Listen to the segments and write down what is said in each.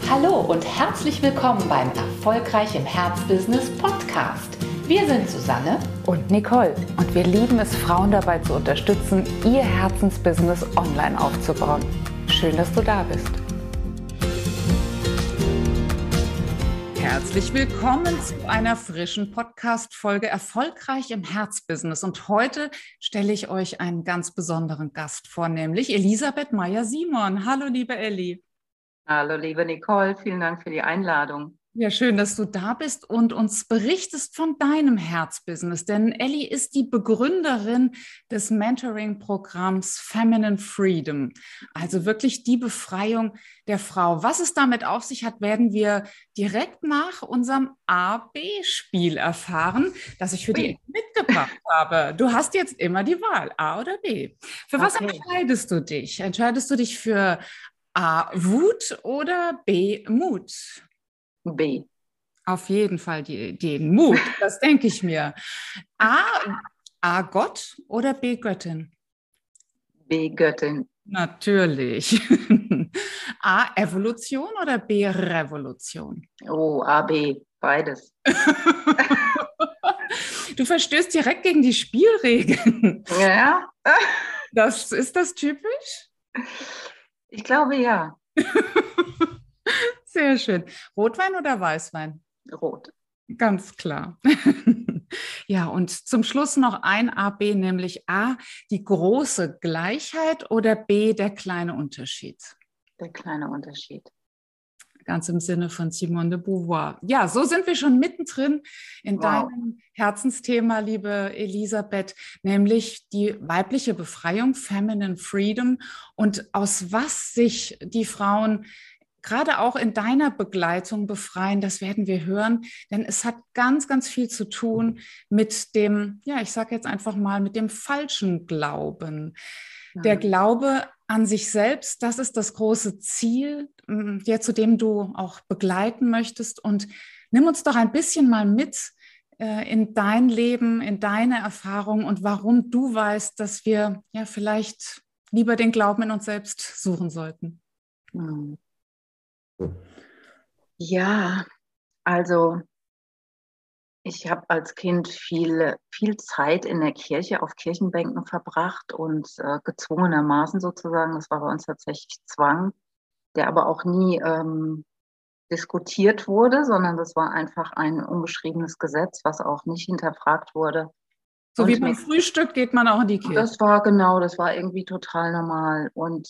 Hallo und herzlich willkommen beim Erfolgreich im Herzbusiness Podcast. Wir sind Susanne und Nicole und wir lieben es, Frauen dabei zu unterstützen, ihr Herzensbusiness online aufzubauen. Schön, dass du da bist. Herzlich willkommen zu einer frischen Podcast-Folge Erfolgreich im Herzbusiness. Und heute stelle ich euch einen ganz besonderen Gast vor, nämlich Elisabeth Meyer-Simon. Hallo, liebe Elli. Hallo, liebe Nicole, vielen Dank für die Einladung. Ja, schön, dass du da bist und uns berichtest von deinem Herzbusiness. Denn Elli ist die Begründerin des Mentoring-Programms Feminine Freedom. Also wirklich die Befreiung der Frau. Was es damit auf sich hat, werden wir direkt nach unserem A-B-Spiel erfahren, das ich für dich mitgebracht habe. Du hast jetzt immer die Wahl, A oder B. Für was entscheidest du dich? Entscheidest du dich für A, Wut oder B, Mut? B. Auf jeden Fall den Mut, das denke ich mir. A, Gott oder B, Göttin? B, Göttin. Natürlich. A, Evolution oder B, Revolution? Oh, A, B, beides. Du verstößt direkt gegen die Spielregeln. Ja. Ist das typisch? Ich glaube, ja. Sehr schön. Rotwein oder Weißwein? Rot. Ganz klar. Ja, und zum Schluss noch ein A, B, nämlich A, die große Gleichheit oder B, der kleine Unterschied? Der kleine Unterschied. Ganz im Sinne von Simone de Beauvoir. Ja, so sind wir schon mittendrin in deinem Herzensthema, liebe Elisabeth, nämlich die weibliche Befreiung, Feminine Freedom, und aus was sich die Frauen gerade auch in deiner Begleitung befreien, das werden wir hören, denn es hat ganz, ganz viel zu tun mit dem, ja, ich sage jetzt einfach mal, mit dem falschen Glauben. Der Glaube an sich selbst, das ist das große Ziel, zu dem du auch begleiten möchtest. Und nimm uns doch ein bisschen mal mit in dein Leben, in deine Erfahrung und warum du weißt, dass wir ja vielleicht lieber den Glauben in uns selbst suchen sollten. Ja, also ich habe als Kind viel Zeit in der Kirche auf Kirchenbänken verbracht und gezwungenermaßen sozusagen, das war bei uns tatsächlich Zwang, der aber auch nie diskutiert wurde, sondern das war einfach ein ungeschriebenes Gesetz, was auch nicht hinterfragt wurde. So wie beim Frühstück geht man auch in die Kirche. Das war irgendwie total normal. Und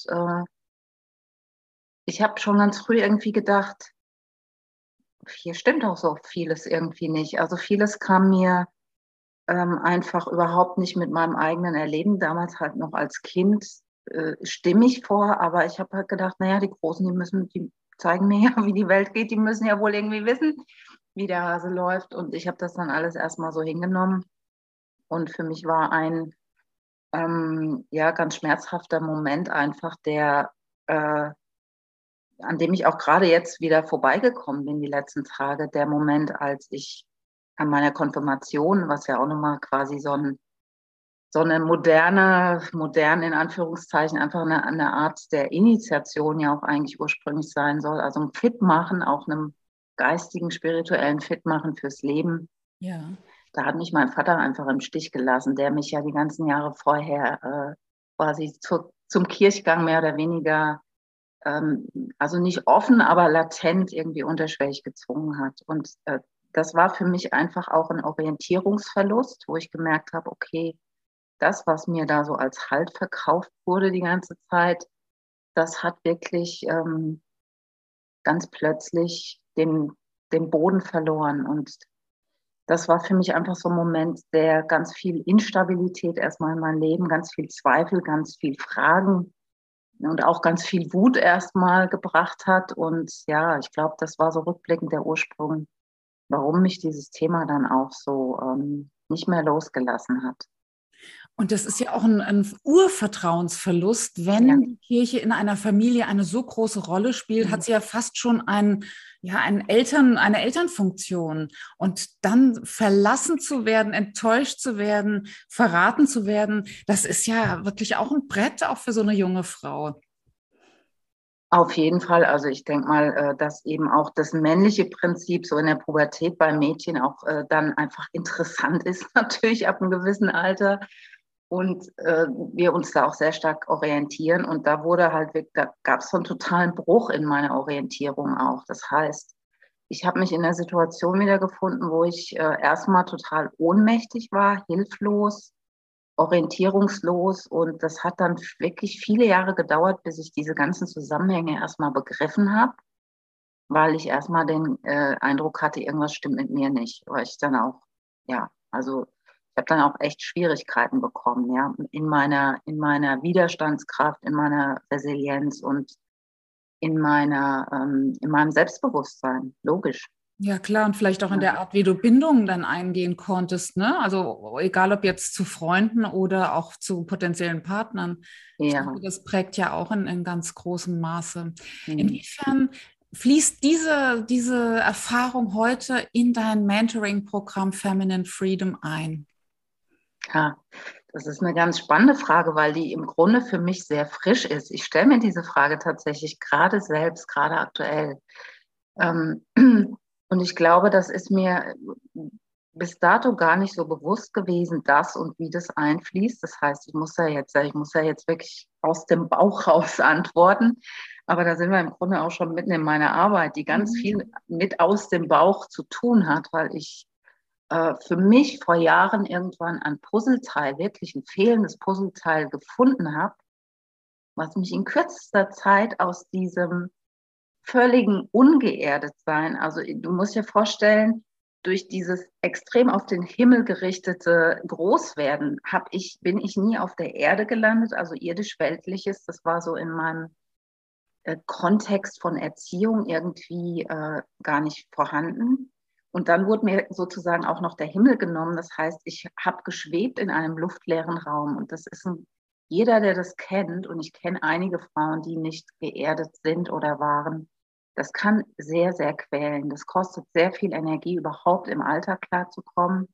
ich habe schon ganz früh irgendwie gedacht, hier stimmt auch so vieles irgendwie nicht. Also vieles kam mir einfach überhaupt nicht mit meinem eigenen Erleben, damals halt noch als Kind, stimmig vor. Aber ich habe halt gedacht, naja, die Großen, die zeigen mir ja, wie die Welt geht. Die müssen ja wohl irgendwie wissen, wie der Hase läuft. Und ich habe das dann alles erstmal so hingenommen. Und für mich war ein ganz schmerzhafter Moment einfach, an dem ich auch gerade jetzt wieder vorbeigekommen bin, die letzten Tage, der Moment, als ich an meiner Konfirmation, was ja auch nochmal quasi so eine modern in Anführungszeichen, einfach eine Art der Initiation ja auch eigentlich ursprünglich sein soll, also ein Fitmachen, auch einem geistigen, spirituellen Fitmachen fürs Leben. Ja. Da hat mich mein Vater einfach im Stich gelassen, der mich ja die ganzen Jahre vorher quasi zum Kirchgang mehr oder weniger, also nicht offen, aber latent irgendwie unterschwellig gezwungen hat. Und das war für mich einfach auch ein Orientierungsverlust, wo ich gemerkt habe, okay, das, was mir da so als Halt verkauft wurde die ganze Zeit, das hat wirklich ganz plötzlich den Boden verloren. Und das war für mich einfach so ein Moment, der ganz viel Instabilität erstmal in mein Leben, ganz viel Zweifel, ganz viel Fragen und auch ganz viel Wut erstmal gebracht hat. Und ja, ich glaube, das war so rückblickend der Ursprung, warum mich dieses Thema dann auch so nicht mehr losgelassen hat. Und das ist ja auch ein Urvertrauensverlust, wenn die Kirche in einer Familie eine so große Rolle spielt, hat sie ja fast schon eine Elternfunktion. Und dann verlassen zu werden, enttäuscht zu werden, verraten zu werden, das ist ja wirklich auch ein Brett, auch für so eine junge Frau. Auf jeden Fall. Also ich denke mal, dass eben auch das männliche Prinzip so in der Pubertät bei Mädchen auch dann einfach interessant ist, natürlich ab einem gewissen Alter. Und wir uns da auch sehr stark orientieren. Und da wurde halt wirklich, da gab es so einen totalen Bruch in meiner Orientierung auch. Das heißt, ich habe mich in der Situation wiedergefunden, wo ich erstmal total ohnmächtig war, hilflos, orientierungslos. Und das hat dann wirklich viele Jahre gedauert, bis ich diese ganzen Zusammenhänge erstmal begriffen habe, weil ich erstmal den Eindruck hatte, irgendwas stimmt mit mir nicht. Weil ich dann auch, ja, also ich habe dann auch echt Schwierigkeiten bekommen, ja, in meiner Widerstandskraft, in meiner Resilienz und in meinem Selbstbewusstsein, logisch. Ja, klar, und vielleicht auch in Ja, der Art, wie du Bindungen dann eingehen konntest, ne? Also egal ob jetzt zu Freunden oder auch zu potenziellen Partnern. Ich denke, ja. das prägt ja auch in ganz großem Maße. Hm. Inwiefern fließt diese Erfahrung heute in dein Mentoring-Programm Feminine Freedom ein? Ja, das ist eine ganz spannende Frage, weil die im Grunde für mich sehr frisch ist. Ich stelle mir diese Frage tatsächlich gerade selbst, gerade aktuell. Ähm, und ich glaube, das ist mir bis dato gar nicht so bewusst gewesen, dass und wie das einfließt. Das heißt, ich muss ja jetzt wirklich aus dem Bauch raus antworten. Aber da sind wir im Grunde auch schon mitten in meiner Arbeit, die ganz Mhm. viel mit aus dem Bauch zu tun hat, weil ich für mich vor Jahren irgendwann ein Puzzleteil, wirklich ein fehlendes Puzzleteil gefunden habe, was mich in kürzester Zeit aus diesem völligen Ungeerdetsein, also du musst dir vorstellen, durch dieses extrem auf den Himmel gerichtete Großwerden bin ich nie auf der Erde gelandet, also irdisch-weltliches, das war so in meinem Kontext von Erziehung irgendwie gar nicht vorhanden. Und dann wurde mir sozusagen auch noch der Himmel genommen. Das heißt, ich habe geschwebt in einem luftleeren Raum. Und jeder, der das kennt, und ich kenne einige Frauen, die nicht geerdet sind oder waren, das kann sehr, sehr quälen. Das kostet sehr viel Energie, überhaupt im Alltag klarzukommen.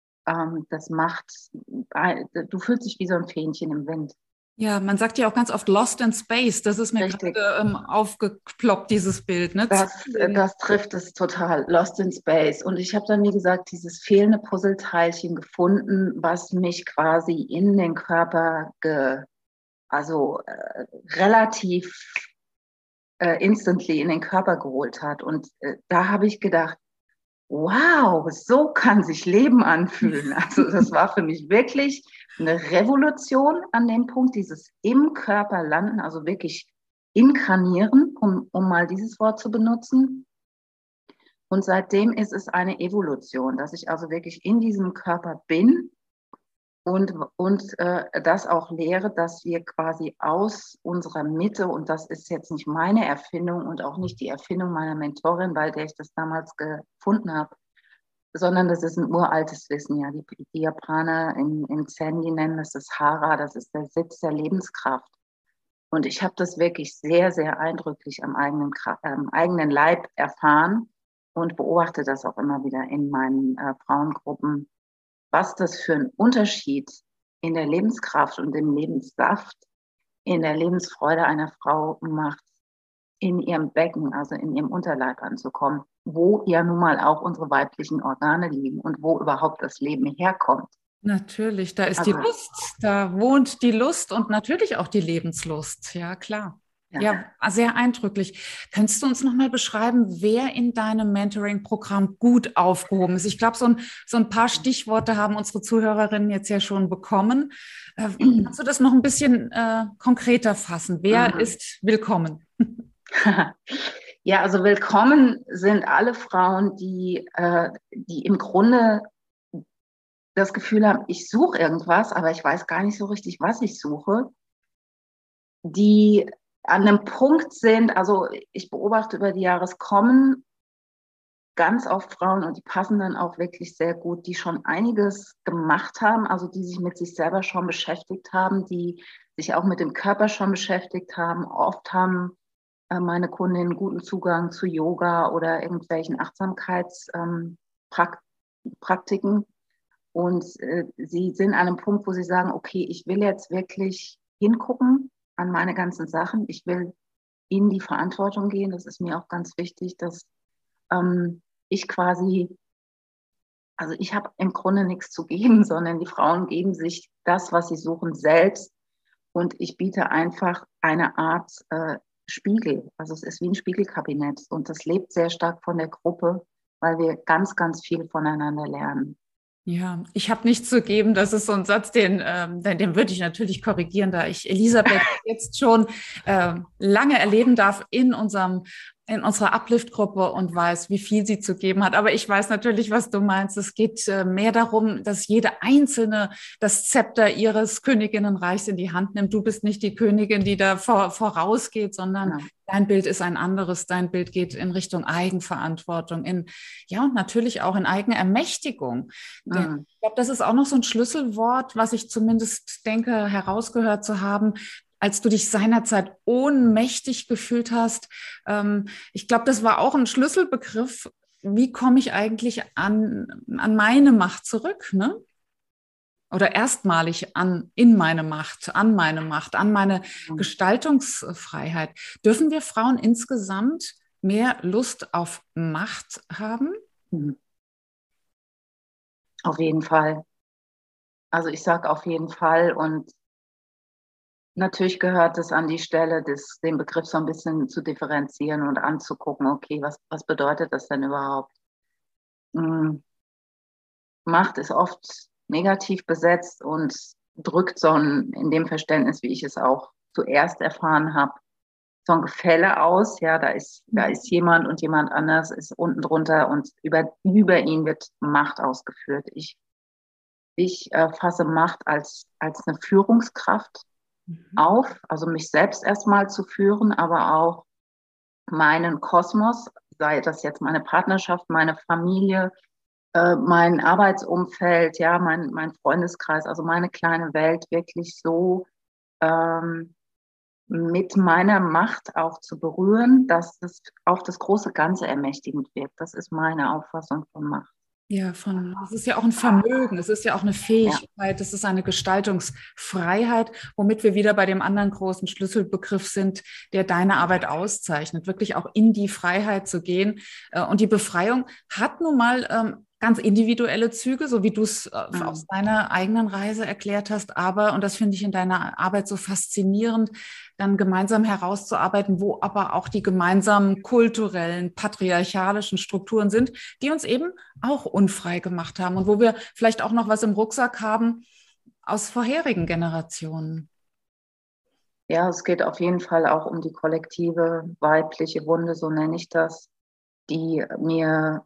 Du fühlst dich wie so ein Fähnchen im Wind. Ja, man sagt ja auch ganz oft Lost in Space. Das ist mir Richtig. gerade aufgeploppt, dieses Bild, ne? Das trifft es total, Lost in Space. Und ich habe dann, wie gesagt, dieses fehlende Puzzleteilchen gefunden, was mich quasi in den Körper, also relativ instantly in den Körper geholt hat. Und da habe ich gedacht, wow, so kann sich Leben anfühlen. Also das war für mich wirklich eine Revolution an dem Punkt, dieses im Körper landen, also wirklich inkarnieren, um mal dieses Wort zu benutzen. Und seitdem ist es eine Evolution, dass ich also wirklich in diesem Körper bin und das auch lehre, dass wir quasi aus unserer Mitte, und das ist jetzt nicht meine Erfindung und auch nicht die Erfindung meiner Mentorin, bei der ich das damals gefunden habe, sondern das ist ein uraltes Wissen. Ja, die Japaner in Zen, die nennen das Hara, das ist der Sitz der Lebenskraft. Und ich habe das wirklich sehr, sehr eindrücklich am eigenen Leib erfahren und beobachte das auch immer wieder in meinen Frauengruppen, was das für einen Unterschied in der Lebenskraft und im Lebenssaft, in der Lebensfreude einer Frau macht, in ihrem Becken, also in ihrem Unterleib anzukommen, wo ja nun mal auch unsere weiblichen Organe liegen und wo überhaupt das Leben herkommt. Natürlich, da ist die Also, Lust, da wohnt die Lust und natürlich auch die Lebenslust. Ja, klar. ja. Ja, sehr eindrücklich. Könntest du uns noch mal beschreiben, wer in deinem Mentoring-Programm gut aufgehoben ist? Ich glaube, so ein paar Stichworte haben unsere Zuhörerinnen jetzt ja schon bekommen. Kannst du das noch ein bisschen konkreter fassen? Wer Mhm. ist willkommen? Ja, also willkommen sind alle Frauen, die im Grunde das Gefühl haben, ich suche irgendwas, aber ich weiß gar nicht so richtig, was ich suche, die an einem Punkt sind, also ich beobachte über die Jahre, es kommen ganz oft Frauen und die passen dann auch wirklich sehr gut, die schon einiges gemacht haben, also die sich mit sich selber schon beschäftigt haben, die sich auch mit dem Körper schon beschäftigt haben. Oft haben meine Kundinnen guten Zugang zu Yoga oder irgendwelchen Achtsamkeitspraktiken. Und sie sind an einem Punkt, wo sie sagen, okay, ich will jetzt wirklich hingucken an meine ganzen Sachen. Ich will in die Verantwortung gehen. Das ist mir auch ganz wichtig, dass ich quasi, also ich habe im Grunde nichts zu geben, sondern die Frauen geben sich das, was sie suchen, selbst. Und ich biete einfach eine Art Spiegel. Also es ist wie ein Spiegelkabinett. Und das lebt sehr stark von der Gruppe, weil wir ganz, ganz viel voneinander lernen. Ja, ich habe nichts zu geben. Das ist so ein Satz, den würde ich natürlich korrigieren, da ich Elisabeth jetzt schon lange erleben darf in unserer Uplift-Gruppe und weiß, wie viel sie zu geben hat. Aber ich weiß natürlich, was du meinst. Es geht mehr darum, dass jede Einzelne das Zepter ihres Königinnenreichs in die Hand nimmt. Du bist nicht die Königin, die da vorausgeht, sondern dein Bild ist ein anderes. Dein Bild geht in Richtung Eigenverantwortung, und natürlich auch in Eigenermächtigung. Denn ich glaube, das ist auch noch so ein Schlüsselwort, was ich zumindest denke, herausgehört zu haben, als du dich seinerzeit ohnmächtig gefühlt hast. Ich glaube, das war auch ein Schlüsselbegriff. Wie komme ich eigentlich an meine Macht zurück, ne? Oder erstmalig in meine Macht, an meine Gestaltungsfreiheit. Dürfen wir Frauen insgesamt mehr Lust auf Macht haben? Auf jeden Fall. Also ich sage auf jeden Fall, und natürlich gehört es an die Stelle, den Begriff so ein bisschen zu differenzieren und anzugucken, okay, was bedeutet das denn überhaupt? Macht ist oft negativ besetzt und drückt in dem Verständnis, wie ich es auch zuerst erfahren habe, so ein Gefälle aus. Ja, da ist jemand und jemand anders ist unten drunter und über ihn wird Macht ausgeführt. Ich fasse Macht als eine Führungskraft auf, also mich selbst erstmal zu führen, aber auch meinen Kosmos, sei das jetzt meine Partnerschaft, meine Familie, mein Arbeitsumfeld, ja, mein Freundeskreis, also meine kleine Welt wirklich so mit meiner Macht auch zu berühren, dass es auf das große Ganze ermächtigend wirkt. Das ist meine Auffassung von Macht. Ja, es ist ja auch ein Vermögen, es ist ja auch eine Fähigkeit, es ist eine Gestaltungsfreiheit, womit wir wieder bei dem anderen großen Schlüsselbegriff sind, der deine Arbeit auszeichnet, wirklich auch in die Freiheit zu gehen. Und die Befreiung hat nun mal ganz individuelle Züge, so wie du es aus deiner eigenen Reise erklärt hast. Aber, und das finde ich in deiner Arbeit so faszinierend, dann gemeinsam herauszuarbeiten, wo aber auch die gemeinsamen kulturellen, patriarchalischen Strukturen sind, die uns eben auch unfrei gemacht haben und wo wir vielleicht auch noch was im Rucksack haben aus vorherigen Generationen. Ja, es geht auf jeden Fall auch um die kollektive weibliche Wunde, so nenne ich das, die mir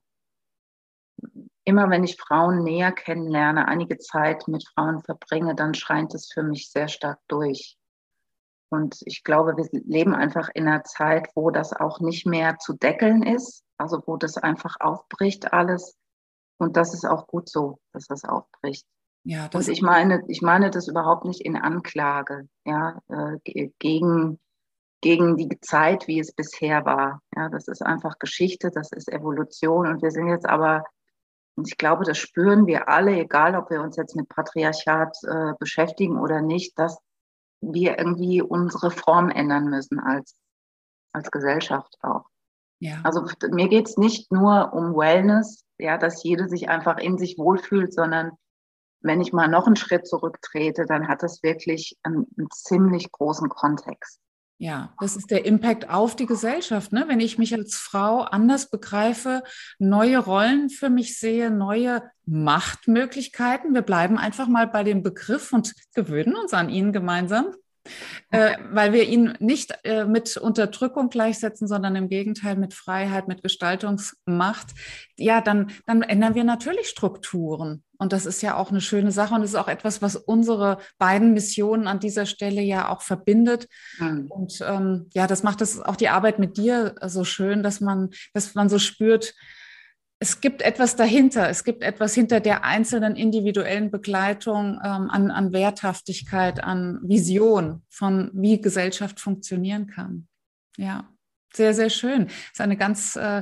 immer, wenn ich Frauen näher kennenlerne, einige Zeit mit Frauen verbringe, dann scheint es für mich sehr stark durch. Und ich glaube, wir leben einfach in einer Zeit, wo das auch nicht mehr zu deckeln ist, also wo das einfach aufbricht alles. Und das ist auch gut so, dass das aufbricht. Ja, und ich meine das überhaupt nicht in Anklage, ja, gegen die Zeit, wie es bisher war. Ja, das ist einfach Geschichte, das ist Evolution. Und wir sind jetzt aber, und ich glaube, das spüren wir alle, egal ob wir uns jetzt mit Patriarchat beschäftigen oder nicht, dass wir irgendwie unsere Form ändern müssen als Gesellschaft auch. Ja. Also mir geht es nicht nur um Wellness, ja, dass jede sich einfach in sich wohlfühlt, sondern wenn ich mal noch einen Schritt zurücktrete, dann hat das wirklich einen ziemlich großen Kontext. Ja, das ist der Impact auf die Gesellschaft, ne? Wenn ich mich als Frau anders begreife, neue Rollen für mich sehe, neue Machtmöglichkeiten. Wir bleiben einfach mal bei dem Begriff und gewöhnen uns an ihn gemeinsam, weil wir ihn nicht mit Unterdrückung gleichsetzen, sondern im Gegenteil mit Freiheit, mit Gestaltungsmacht. Ja, dann ändern wir natürlich Strukturen. Und das ist ja auch eine schöne Sache und es ist auch etwas, was unsere beiden Missionen an dieser Stelle ja auch verbindet. Und das macht es auch die Arbeit mit dir so schön, dass man so spürt, es gibt etwas dahinter. Es gibt etwas hinter der einzelnen individuellen Begleitung an Werthaftigkeit, an Vision von wie Gesellschaft funktionieren kann. Ja, sehr, sehr schön. Das ist eine ganz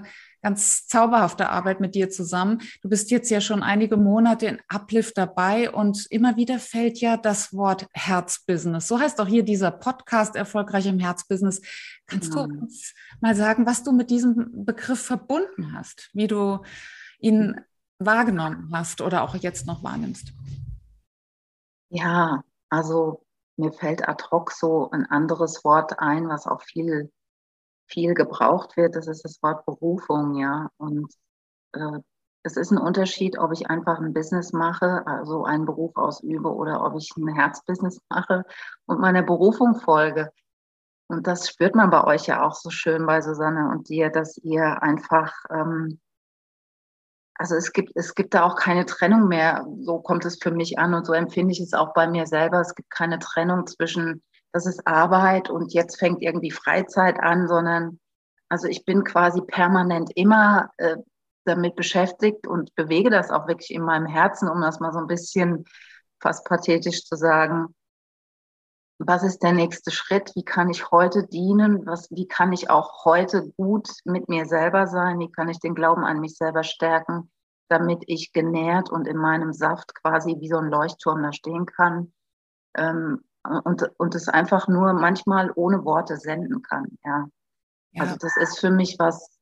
ganz zauberhafte Arbeit mit dir zusammen. Du bist jetzt ja schon einige Monate in Uplift dabei und immer wieder fällt ja das Wort Herzbusiness. So heißt auch hier dieser Podcast Erfolgreich im Herzbusiness. Kannst du uns mal sagen, was du mit diesem Begriff verbunden hast, wie du ihn wahrgenommen hast oder auch jetzt noch wahrnimmst? Ja, also mir fällt ad hoc so ein anderes Wort ein, was auch viel gebraucht wird. Das ist das Wort Berufung, ja. Und äh, es ist ein Unterschied, ob ich einfach ein Business mache, also einen Beruf ausübe, oder ob ich ein Herzbusiness mache und meiner Berufung folge. Und das spürt man bei euch ja auch so schön, bei Susanne und dir, dass ihr einfach also es gibt da auch keine Trennung mehr. So kommt es für mich an und so empfinde ich es auch bei mir selber. Es gibt keine Trennung zwischen, das ist Arbeit und jetzt fängt irgendwie Freizeit an, sondern also ich bin quasi permanent immer damit beschäftigt und bewege das auch wirklich in meinem Herzen, um das mal so ein bisschen fast pathetisch zu sagen. Was ist der nächste Schritt? Wie kann ich heute dienen? Wie kann ich auch heute gut mit mir selber sein? Wie kann ich den Glauben an mich selber stärken, damit ich genährt und in meinem Saft quasi wie so ein Leuchtturm da stehen kann? Und es einfach nur manchmal ohne Worte senden kann. Ja. Also das ist für mich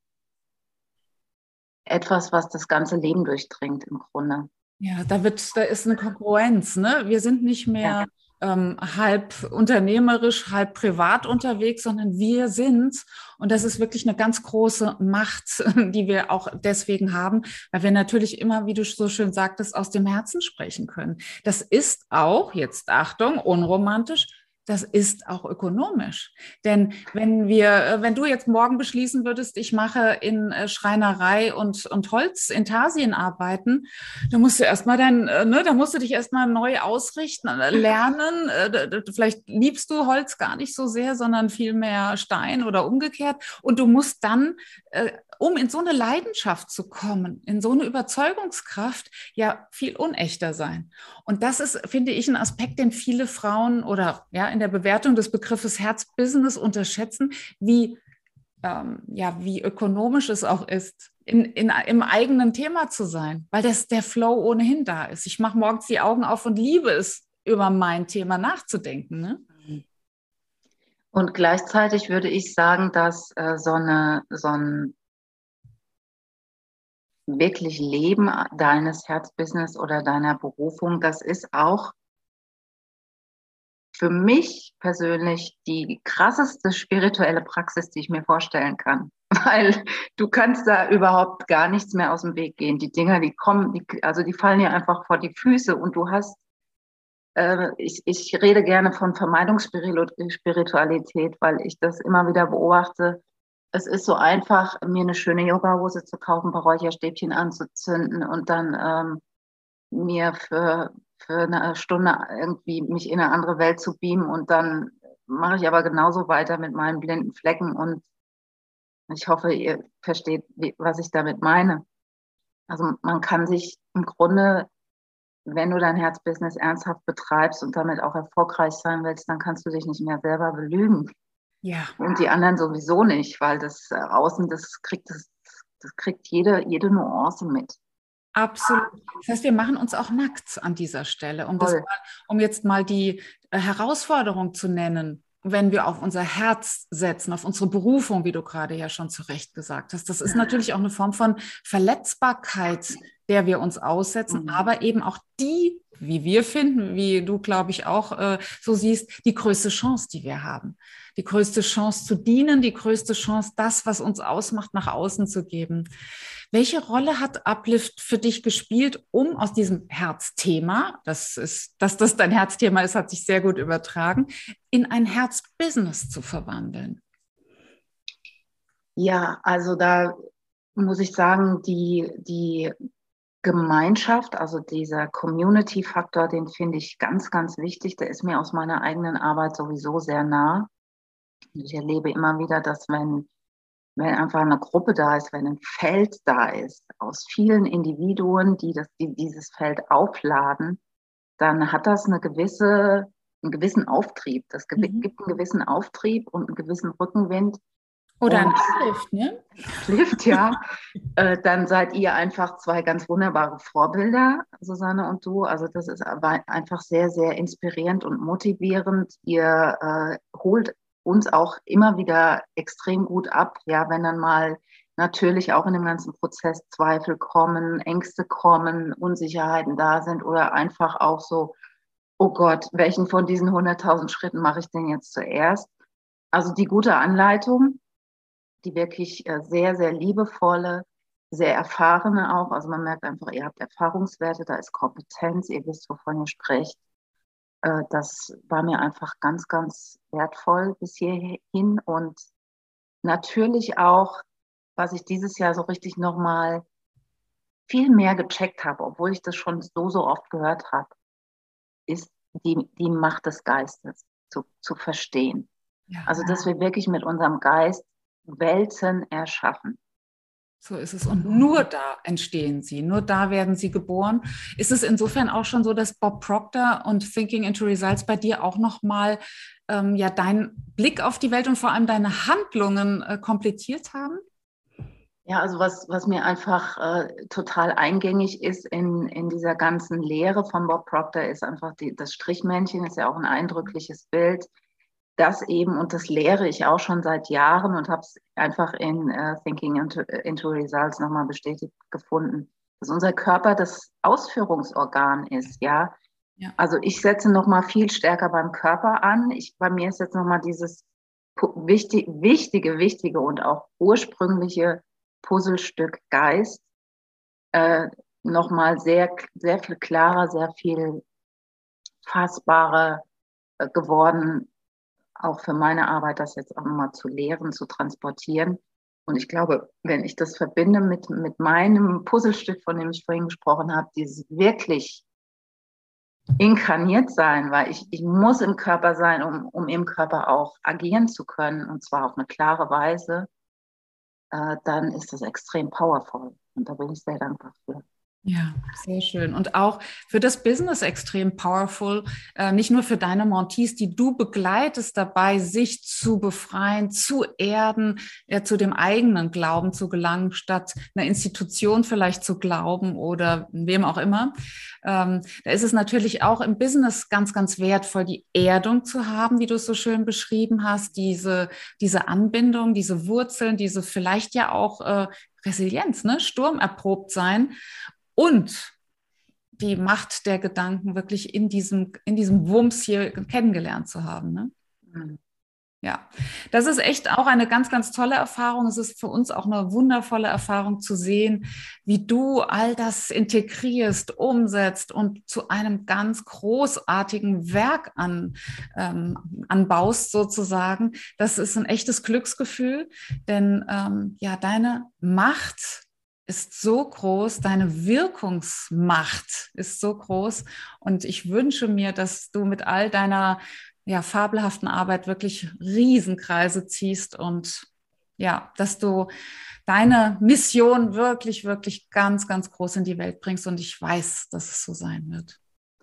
etwas, was das ganze Leben durchdringt im Grunde. Ja, da ist eine Kongruenz, ne? Wir sind nicht mehr halb unternehmerisch, halb privat unterwegs, sondern wir sind, und das ist wirklich eine ganz große Macht, die wir auch deswegen haben, weil wir natürlich immer, wie du so schön sagtest, aus dem Herzen sprechen können. Das ist auch, jetzt Achtung, unromantisch, das ist auch ökonomisch. Denn wenn du jetzt morgen beschließen würdest, ich mache in Schreinerei und Holzintarsien arbeiten, da musst du erstmal da musst du dich erstmal neu ausrichten, lernen. Vielleicht liebst du Holz gar nicht so sehr, sondern vielmehr Stein oder umgekehrt. Und du musst dann, um in so eine Leidenschaft zu kommen, in so eine Überzeugungskraft, ja viel unechter sein. Und das ist, finde ich, ein Aspekt, den viele Frauen oder ja in der Bewertung des Begriffes Herzbusiness unterschätzen, wie ökonomisch es auch ist, im eigenen Thema zu sein, weil der Flow ohnehin da ist. Ich mache morgens die Augen auf und liebe es, über mein Thema nachzudenken. Ne? Und gleichzeitig würde ich sagen, dass so ein wirklich Leben deines Herzbusiness oder deiner Berufung, das ist auch für mich persönlich die krasseste spirituelle Praxis, die ich mir vorstellen kann. Weil du kannst da überhaupt gar nichts mehr aus dem Weg gehen. Die Dinger, die kommen, die fallen dir einfach vor die Füße und du hast, ich rede gerne von Vermeidungsspiritualität, weil ich das immer wieder beobachte. Es ist so einfach, mir eine schöne Yogahose zu kaufen, ein paar Räucherstäbchen anzuzünden und dann mir für eine Stunde irgendwie mich in eine andere Welt zu beamen und dann mache ich aber genauso weiter mit meinen blinden Flecken und ich hoffe, ihr versteht, was ich damit meine. Also man kann sich im Grunde, wenn du dein Herzbusiness ernsthaft betreibst und damit auch erfolgreich sein willst, dann kannst du dich nicht mehr selber belügen. Ja. Und die anderen sowieso nicht, weil das Außen, das kriegt jede Nuance mit. Absolut. Das heißt, wir machen uns auch nackt an dieser Stelle, um jetzt mal die Herausforderung zu nennen, wenn wir auf unser Herz setzen, auf unsere Berufung, wie du gerade ja schon zu Recht gesagt hast. Das ist natürlich auch eine Form von Verletzbarkeit, der wir uns aussetzen, aber eben auch die, wie wir finden, wie du, glaube ich, auch so siehst, die größte Chance, die wir haben. Die größte Chance zu dienen, die größte Chance, das, was uns ausmacht, nach außen zu geben. Welche Rolle hat Uplift für dich gespielt, um aus diesem Herzthema, dass das dein Herzthema ist, hat sich sehr gut übertragen, in ein Herzbusiness zu verwandeln? Ja, also da muss ich sagen, die Gemeinschaft, also dieser Community-Faktor, den finde ich ganz, ganz wichtig. Der ist mir aus meiner eigenen Arbeit sowieso sehr nah. Und ich erlebe immer wieder, dass wenn einfach eine Gruppe da ist, wenn ein Feld da ist, aus vielen Individuen, die dieses Feld aufladen, dann hat das einen gewissen Auftrieb. Das gibt einen gewissen Auftrieb und einen gewissen Rückenwind. Oder ein Uplift, ne? Uplift, ja. Dann seid ihr einfach zwei ganz wunderbare Vorbilder, Susanne und du. Also das ist aber einfach sehr, sehr inspirierend und motivierend. Ihr holt uns auch immer wieder extrem gut ab, ja, wenn dann mal natürlich auch in dem ganzen Prozess Zweifel kommen, Ängste kommen, Unsicherheiten da sind oder einfach auch so, oh Gott, welchen von diesen 100.000 Schritten mache ich denn jetzt zuerst? Also die gute Anleitung, die wirklich sehr, sehr liebevolle, sehr erfahrene auch. Also man merkt einfach, ihr habt Erfahrungswerte, da ist Kompetenz, ihr wisst, wovon ihr sprecht. Das war mir einfach ganz, ganz wertvoll bis hierhin. Und natürlich auch, was ich dieses Jahr so richtig nochmal viel mehr gecheckt habe, obwohl ich das schon so oft gehört habe, ist die Macht des Geistes zu verstehen. Ja. Also, dass wir wirklich mit unserem Geist Welten erschaffen. So ist es. Und nur da entstehen sie, nur da werden sie geboren. Ist es insofern auch schon so, dass Bob Proctor und Thinking into Results bei dir auch nochmal ja, deinen Blick auf die Welt und vor allem deine Handlungen komplettiert haben? Ja, also was mir einfach total eingängig ist in dieser ganzen Lehre von Bob Proctor, ist einfach das Strichmännchen, ist ja auch ein eindrückliches Bild. Das eben, und das lehre ich auch schon seit Jahren und habe es einfach in Thinking into Results nochmal bestätigt gefunden, dass unser Körper das Ausführungsorgan ist, ja. Also ich setze nochmal viel stärker beim Körper an. Bei mir ist jetzt nochmal dieses wichtige und auch ursprüngliche Puzzlestück Geist nochmal sehr, sehr viel klarer, sehr viel fassbarer geworden, auch für meine Arbeit, das jetzt auch nochmal zu lehren, zu transportieren. Und ich glaube, wenn ich das verbinde mit meinem Puzzlestück, von dem ich vorhin gesprochen habe, dieses wirklich inkarniert sein, weil ich muss im Körper sein, um im Körper auch agieren zu können, und zwar auf eine klare Weise, dann ist das extrem powerful. Und da bin ich sehr dankbar für. Ja, sehr schön. Und auch für das Business extrem powerful, nicht nur für deine Mentees, die du begleitest dabei, sich zu befreien, zu erden, zu dem eigenen Glauben zu gelangen, statt einer Institution vielleicht zu glauben oder wem auch immer. Da ist es natürlich auch im Business ganz, ganz wertvoll, die Erdung zu haben, wie du es so schön beschrieben hast, diese Anbindung, diese Wurzeln, diese vielleicht ja auch Resilienz, ne? Sturmerprobt sein. Und die Macht der Gedanken wirklich in diesem Wumms hier kennengelernt zu haben. Ne? Mhm. Ja, das ist echt auch eine ganz, ganz tolle Erfahrung. Es ist für uns auch eine wundervolle Erfahrung zu sehen, wie du all das integrierst, umsetzt und zu einem ganz großartigen Werk anbaust sozusagen. Das ist ein echtes Glücksgefühl, denn ja, deine Macht ist so groß, deine Wirkungsmacht ist so groß und ich wünsche mir, dass du mit all deiner fabelhaften Arbeit wirklich Riesenkreise ziehst und ja, dass du deine Mission wirklich, wirklich ganz, ganz groß in die Welt bringst und ich weiß, dass es so sein wird.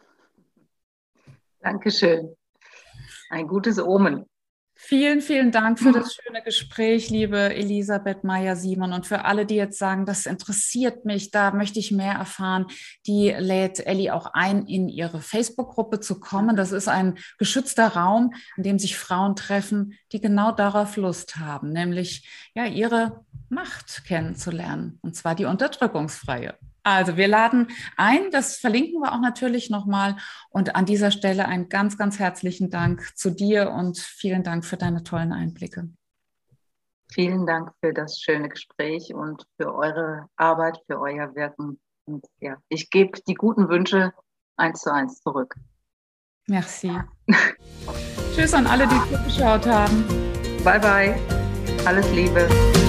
Dankeschön. Ein gutes Omen. Vielen, vielen Dank für das schöne Gespräch, liebe Elisabeth Meyer-Simon. Und für alle, die jetzt sagen, das interessiert mich, da möchte ich mehr erfahren, die lädt Elli auch ein, in ihre Facebook-Gruppe zu kommen. Das ist ein geschützter Raum, in dem sich Frauen treffen, die genau darauf Lust haben, nämlich ja ihre Macht kennenzulernen, und zwar die unterdrückungsfreie. Also wir laden ein, das verlinken wir auch natürlich nochmal. Und an dieser Stelle einen ganz, ganz herzlichen Dank zu dir und vielen Dank für deine tollen Einblicke. Vielen Dank für das schöne Gespräch und für eure Arbeit, für euer Wirken. Und ja, ich gebe die guten Wünsche 1:1 zurück. Merci. Tschüss an alle, die zugeschaut haben. Bye, bye. Alles Liebe.